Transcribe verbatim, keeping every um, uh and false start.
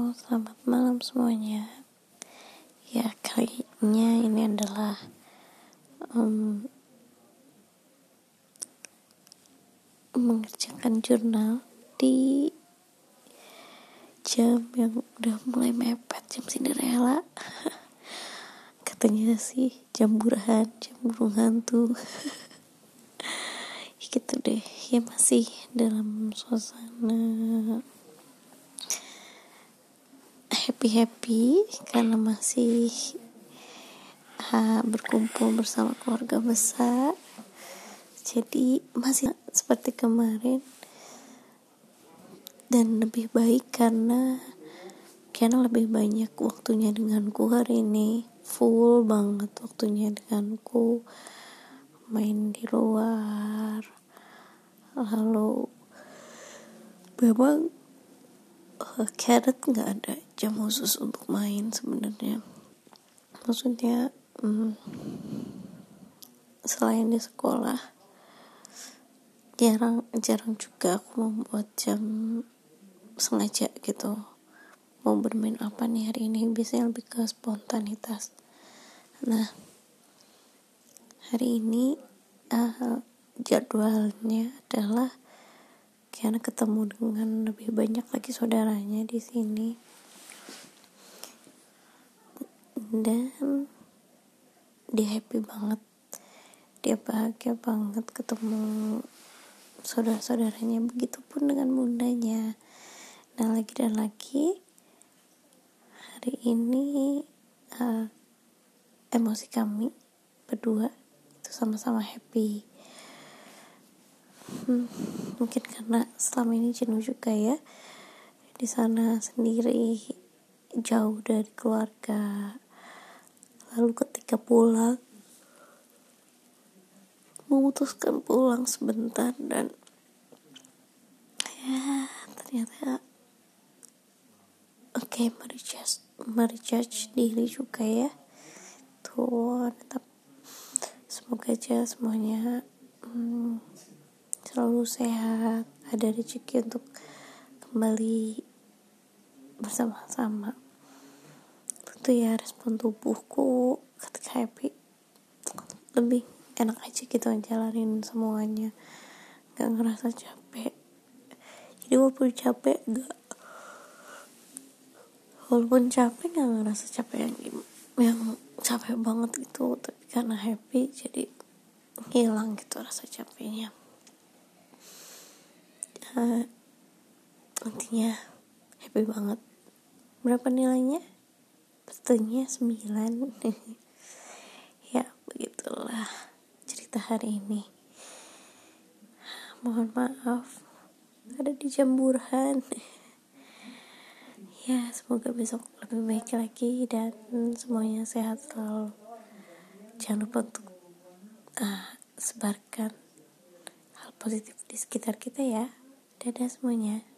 selamat malam semuanya. Ya, kayaknya ini adalah um, mengerjakan jurnal di jam yang udah mulai mepet, jam Cinderella. Katanya sih jam burhan, jam burung hantu. Gitu deh. Ya masih dalam suasana happy-happy karena masih ha, berkumpul bersama keluarga besar. Jadi masih seperti kemarin dan lebih baik karena karena lebih banyak waktunya denganku hari ini. Full banget waktunya denganku, main di luar. Lalu memang uh, Carrot nggak ada jam khusus untuk main sebenarnya. Maksudnya hmm, selain di sekolah, jarang jarang juga aku membuat jam sengaja gitu. Mau bermain apa nih hari ini, biasanya lebih ke spontanitas. Nah, hari ini uh, jadwalnya adalah karena ketemu dengan lebih banyak lagi saudaranya di sini, dan dia happy banget, dia bahagia banget ketemu saudara-saudaranya. Begitupun dengan bundanya. Nah, lagi dan lagi hari ini uh, emosi kami berdua itu sama-sama happy. Hmm, mungkin karena selama ini jenuh juga ya di sana sendiri, jauh dari keluarga. Lalu ketika pulang, memutuskan pulang sebentar, dan ya ternyata oke okay, merecharge merecharge diri juga ya. Tuh, tetap semoga aja semuanya hmm, selalu sehat, ada rezeki untuk kembali bersama-sama. Tentu ya, respon tubuhku ketika happy lebih enak aja gitu jalanin semuanya, gak ngerasa capek. Jadi walaupun capek gak walaupun capek gak ngerasa capek yang yang capek banget itu, tapi karena happy jadi hilang gitu rasa capeknya. Uh, intinya happy banget. Berapa nilainya? Pastinya sembilan. Ya begitulah cerita hari ini. Mohon maaf ada di jam burhan. Ya, semoga besok lebih baik lagi dan semuanya sehat selalu. Jangan lupa untuk uh, sebarkan hal positif di sekitar kita ya. Dadah semuanya.